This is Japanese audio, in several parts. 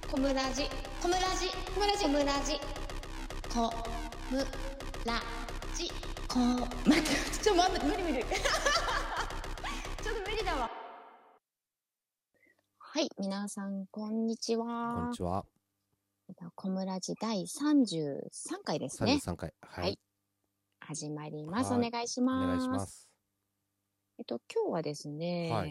コムラジコムラジコムラジコムラジコムラジコ待ってちょっと待って無理ちょっと無理だわ。はい、皆さんこんにちは。 こんにちは。 コムラジ第33回ですね。 33回。はい。 はい、始まります。 はいお願いします。 お願いします。 今日はですね、 はい。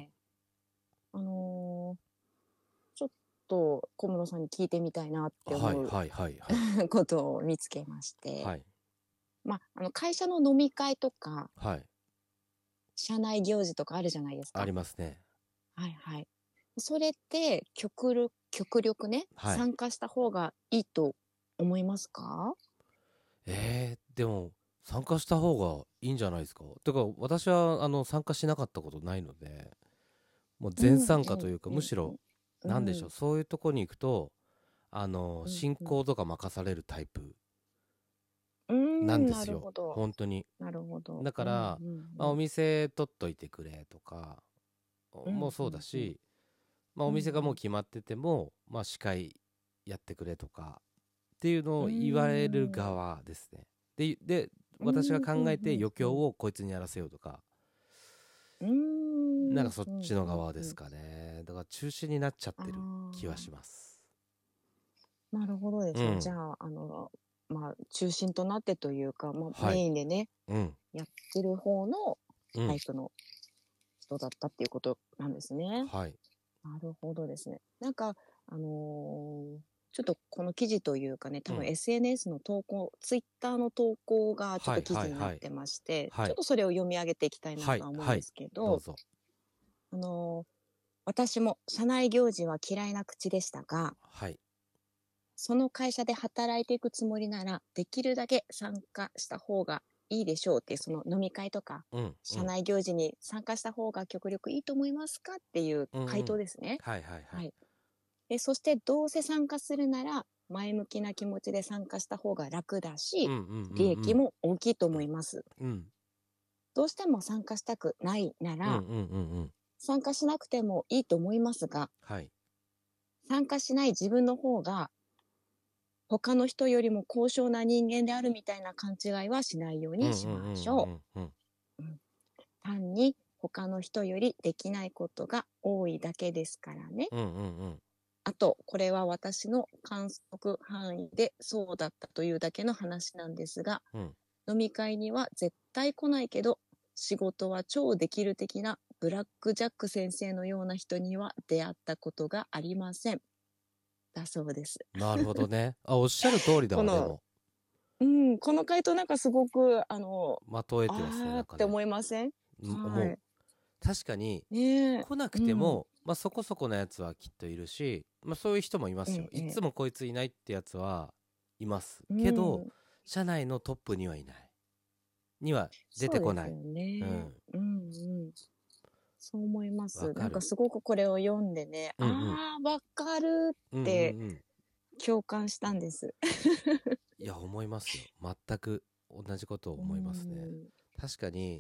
ちょっと小室さんに聞いてみたいなって思うことを見つけまして、 はい。 会社の飲み会とか、 はい。 社内行事とかあるじゃないですか。 ありますね。 はいはい。それって極力ね、 はい、 参加した方がいいと思いますか？ でも参加した方がいいんじゃないですか。てか私は参加しなかったことないので、もう全参加というか、むしろなんでしょう、そういうとこに行くと進行とか任されるタイプなんですよ。本当に。 なるほど。 だから、お店取っといてくれとかもそうだし、お店がもう決まってても、司会やってくれとかっていうのを言われる側ですね。で私が考えて余興をこいつにやらせようとか、なんかそっちの側ですかね。だから中心になっちゃってる気はします。 なるほどですね。じゃあ中心となってというか、メインでね、やってる方のタイプの人だったっていうことなんですね。 はい。 なるほどですね。なんかちょっとこの記事というかね、多分 SNS の投稿、ツイッターの投稿がちょっと記事になってまして、ちょっとそれを読み上げていきたいなとは思うんですけど、 どうぞ。 私も社内行事は嫌いな口でしたが、その会社で働いていくつもりなら、できるだけ参加した方がいいでしょうっていう、その飲み会とか、社内行事に参加した方が極力いいと思いますかっていう回答ですね。で、そしてどうせ参加するなら、前向きな気持ちで参加した方が楽だし、利益も大きいと思います。どうしても参加したくないなら、参加しなくてもいいと思いますが、参加しない自分の方が他の人よりも高尚な人間であるみたいな勘違いはしないようにしましょう。単に他の人よりできないことが多いだけですからね。あと、これは私の観測範囲でそうだったというだけの話なんですが、飲み会には絶対来ないけど、仕事は超できる的なブラックジャック先生のような人には出会ったことがありません。だそうです。 なるほどね。おっしゃる通りだわ。でもこの回答なんかすごく的を得てますね。 って思いません？ 思う。確かに来なくても、そこそこなやつはきっといるし、そういう人もいますよ。いつもこいついないってやつはいますけど、社内のトップにはいない、には出てこない。 そう思います。なんかすごくこれを読んでね、わかるって共感したんです。 いや、思いますよ。全く同じことを思いますね。確かに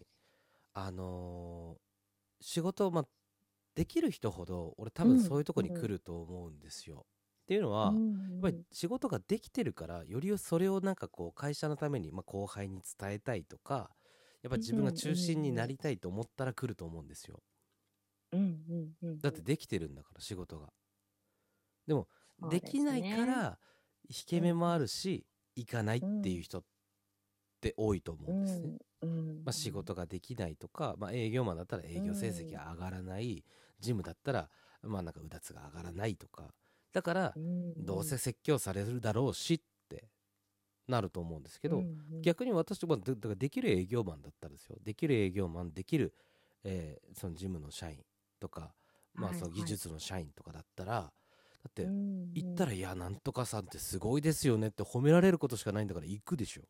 仕事できる人ほど俺多分そういうとこに来ると思うんですよ。っていうのは、やっぱり仕事ができてるからよりそれをなんかこう会社のために、後輩に伝えたいとか、やっぱ自分が中心になりたいと思ったら来ると思うんですよ。だってできてるんだから仕事が。でもできないから引け目もあるし、行かないっていう人って多いと思うんですね。仕事ができないとか、営業マンだったら営業成績が上がらない、事務だったらなんかうだつが上がらないとか、だからどうせ説教されるだろうしってなると思うんですけど、逆に私とかだからできる営業マンだったらですよ、できる営業マンできる、その事務の社員とか、その技術の社員とかだったら、だって行ったら、いやなんとかさんってすごいですよねって褒められることしかないんだから行くでしょ。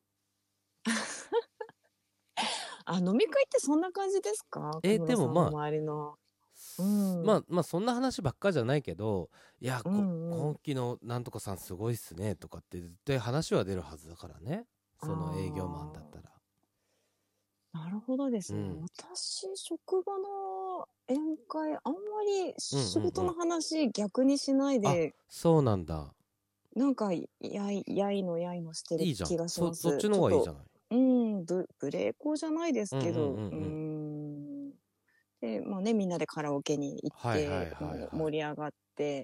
飲み会ってそんな感じですか？ でも周りのそんな話ばっかじゃないけど、いや、今期のなんとかさんすごいっすねとかって絶対話は出るはずだからね、その営業マンだったら。 なるほどですね。私職場の宴会、あんまり仕事の話逆にしないで、 そうなんだ。 なんか、やいのしてる気がします。 そっちの方がいいじゃない。 無礼講じゃないですけど、で、まあね、みんなでカラオケに行って、盛り上がって、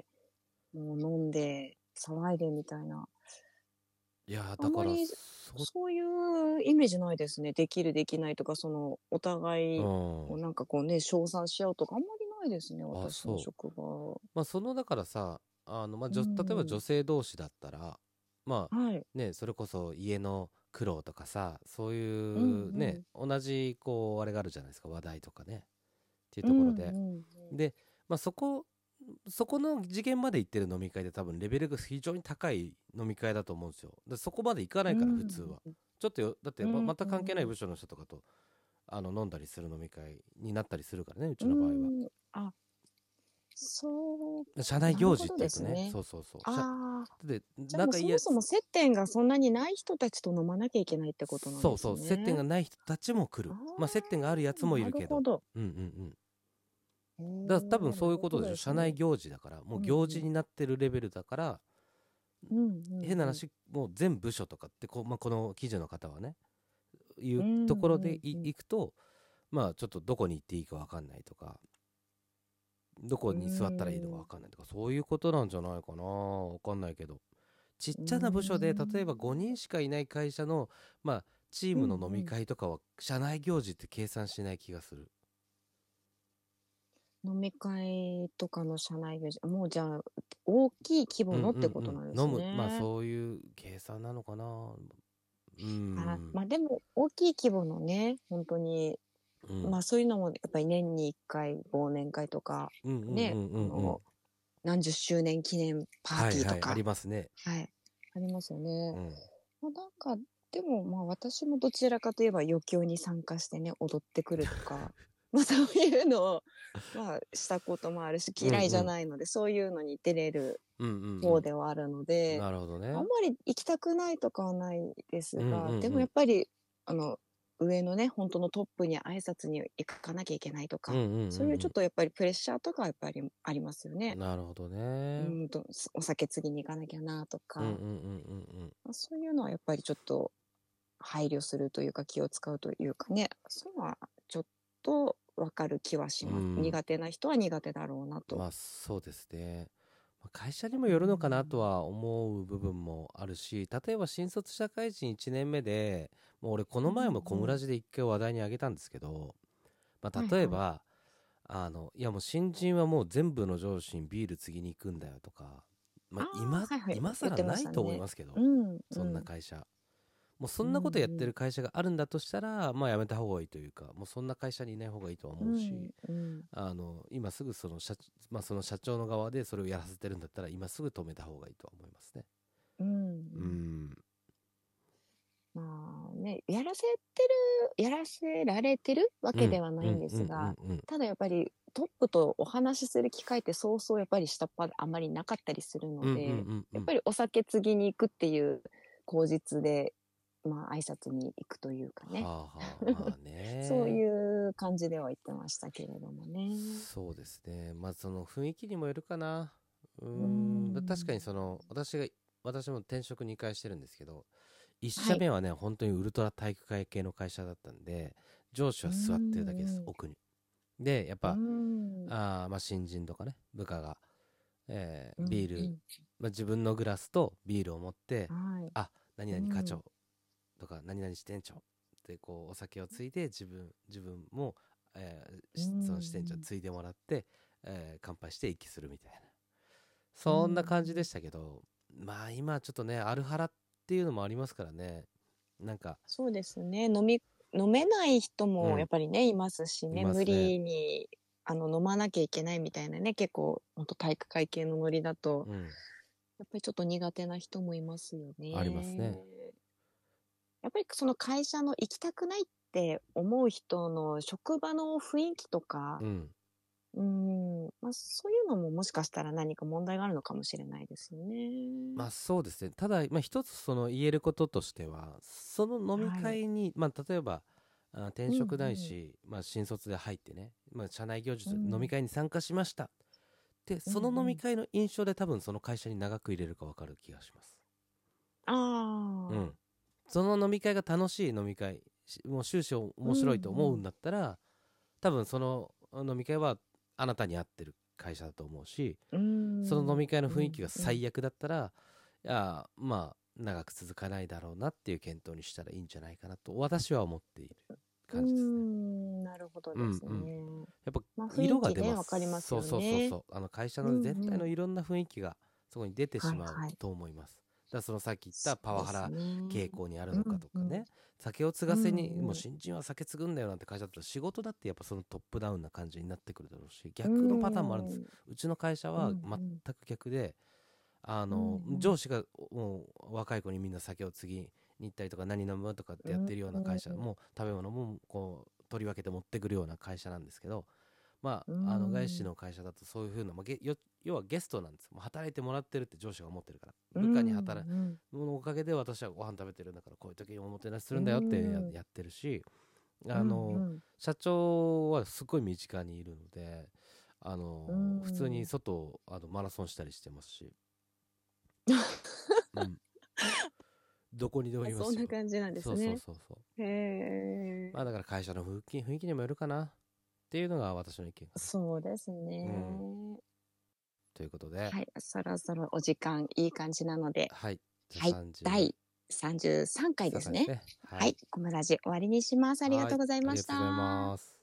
もう飲んで、騒いでみたいな。 いや、だからあんまりそういうイメージないですね。できるできないとか、お互いなんかこうね、称賛し合うとかあんまりないですね、私の職場。 まあだからさ、例えば女性同士だったら、まあね、それこそ家の苦労とかさ、そういうね、同じこうあれがあるじゃないですか、話題とかねっていうところで、で、まあそこの次元まで行ってる飲み会で多分レベルが非常に高い飲み会だと思うんですよ。でそこまで行かないから普通は、ちょっとだってまた関係ない部署の人とかと飲んだりする飲み会になったりするからね、うちの場合は。社内行事ってやつね。そう。 で、なんかそもそも接点がそんなにない人たちと飲まなきゃいけないってことなんですね。 接点がない人たちも来る。まあ接点があるやつもいるけど。だから多分そういうことでしょ。社内行事だから、もう行事になってるレベルだから、変な話、もう全部署とかってこの記事の方はね、いうところで行くと、まあちょっとどこに行っていいか分かんないとか、どこに座ったらいいのか分かんないとか、そういうことなんじゃないかな。分かんないけど、ちっちゃな部署で例えば5人しかいない会社のチームの飲み会とかは社内行事って計算しない気がする。 飲み会とかの社内行事、もうじゃあ大きい規模のってことなんですね。 まあそういう計算なのかな。 まあでも大きい規模のね、本当に、まあそういうのもやっぱり年に1回忘年会とかね、何十周年記念パーティーとか、 ありますね。 ありますよね。まあなんかでもまあ私もどちらかといえば余興に参加してね、踊ってくるとか。まあそういうのを、まあしたこともあるし、嫌いじゃないので、そういうのに出れる方ではあるので、 なるほどね。 あんまり行きたくないとかはないですが、でもやっぱり、上のね、本当のトップに挨拶に行かなきゃいけないとか、そういうちょっとやっぱりプレッシャーとかはやっぱりありますよね。 なるほどね。 お酒次に行かなきゃなとか、そういうのはやっぱりちょっと配慮するというか気を使うというかね、そういうのはちょっと分かる気はします。苦手な人は苦手だろうなと。 まあそうですね。会社にもよるのかなとは思う部分もあるし、例えば新卒社会人1年目でもう俺この前もコムラジで一回話題に挙げたんですけど、例えば、いやもう新人はもう全部の上司にビール継ぎに行くんだよとか、今更ないと思いますけど、そんな会社。もうそんなことやってる会社があるんだとしたら、まあやめた方がいいというか、もうそんな会社にいない方がいいとは思うし、今すぐその社長の側でそれをやらせてるんだったら、今すぐ止めた方がいいとは思いますね。 まあね、やらせられてるわけではないんですが、ただやっぱりトップとお話しする機会ってそうそうやっぱり下っ端あんまりなかったりするので、やっぱりお酒継ぎに行くっていう口実で、まあ挨拶に行くというかね。そういう感じでは言ってましたけれどもね。 そうですね。まあその雰囲気にもよるかな。確かに私も転職2回してるんですけど、1社目はね、本当にウルトラ体育会系の会社だったんで、上司は座ってるだけです、奥に。で、やっぱ、新人とかね、部下が、ビール、自分のグラスとビールを持って、何々課長とか、何々支店長ってこうお酒をついで自分も、その支店長ついでもらって、乾杯して一気するみたいな、そんな感じでしたけど、まあ今ちょっとね、アルハラっていうのもありますからね。なんかそうですね、飲めない人もやっぱりね、いますしね、無理に飲まなきゃいけないみたいなね、結構本当体育会系のノリだと、やっぱりちょっと苦手な人もいますよね。 ありますね。 やっぱりその会社の行きたくないって思う人の職場の雰囲気とか、まあ、そういうのももしかしたら何か問題があるのかもしれないですよね。 まあそうですね。ただ、一つ言えることとしては、その飲み会に、例えば転職ないし、新卒で入ってね、社内行事、飲み会に参加しましたで、その飲み会の印象で多分その会社に長く入れるか分かる気がします。その飲み会が楽しい飲み会、もう終始面白いと思うんだったら、多分その飲み会はあなたに合ってる会社だと思うし、その飲み会の雰囲気が最悪だったら、いや長く続かないだろうなっていう検討にしたらいいんじゃないかなと私は思っている感じですね。 なるほどですね。 やっぱ色が出ます。 わかりますよね。 そう会社の全体のいろんな雰囲気がそこに出てしまうと思います。だからそのさっき言ったパワハラ傾向にあるのかとかね、酒を継がせに、もう新人は酒継ぐんだよなんて会社だったら仕事だってやっぱそのトップダウンな感じになってくるだろうし、逆のパターンもあるんです。うちの会社は全く逆で、上司がもう若い子にみんな酒を継ぎに行ったりとか、何飲むとかってやってるような会社、もう食べ物もこう取り分けて持ってくるような会社なんですけど、外資の会社だとそういう風な、要はゲストなんです。もう働いてもらってるって上司が思ってるから、部下に働くのおかげで私はご飯食べてるんだから、こういう時におもてなしするんだよってやってるし、社長はすごい身近にいるので、普通に外をマラソンしたりしてますしどこにでもいますよ。 そんな感じなんですね。 そうへえ。だから会社の雰囲気にもよるかなっていうのが私の意見。 そうですね、 ということで、 はい、そろそろお時間いい感じなので、 はい、 第33回ですね。はい、コムラジ終わりにします。ありがとうございました。 ありがとうございます。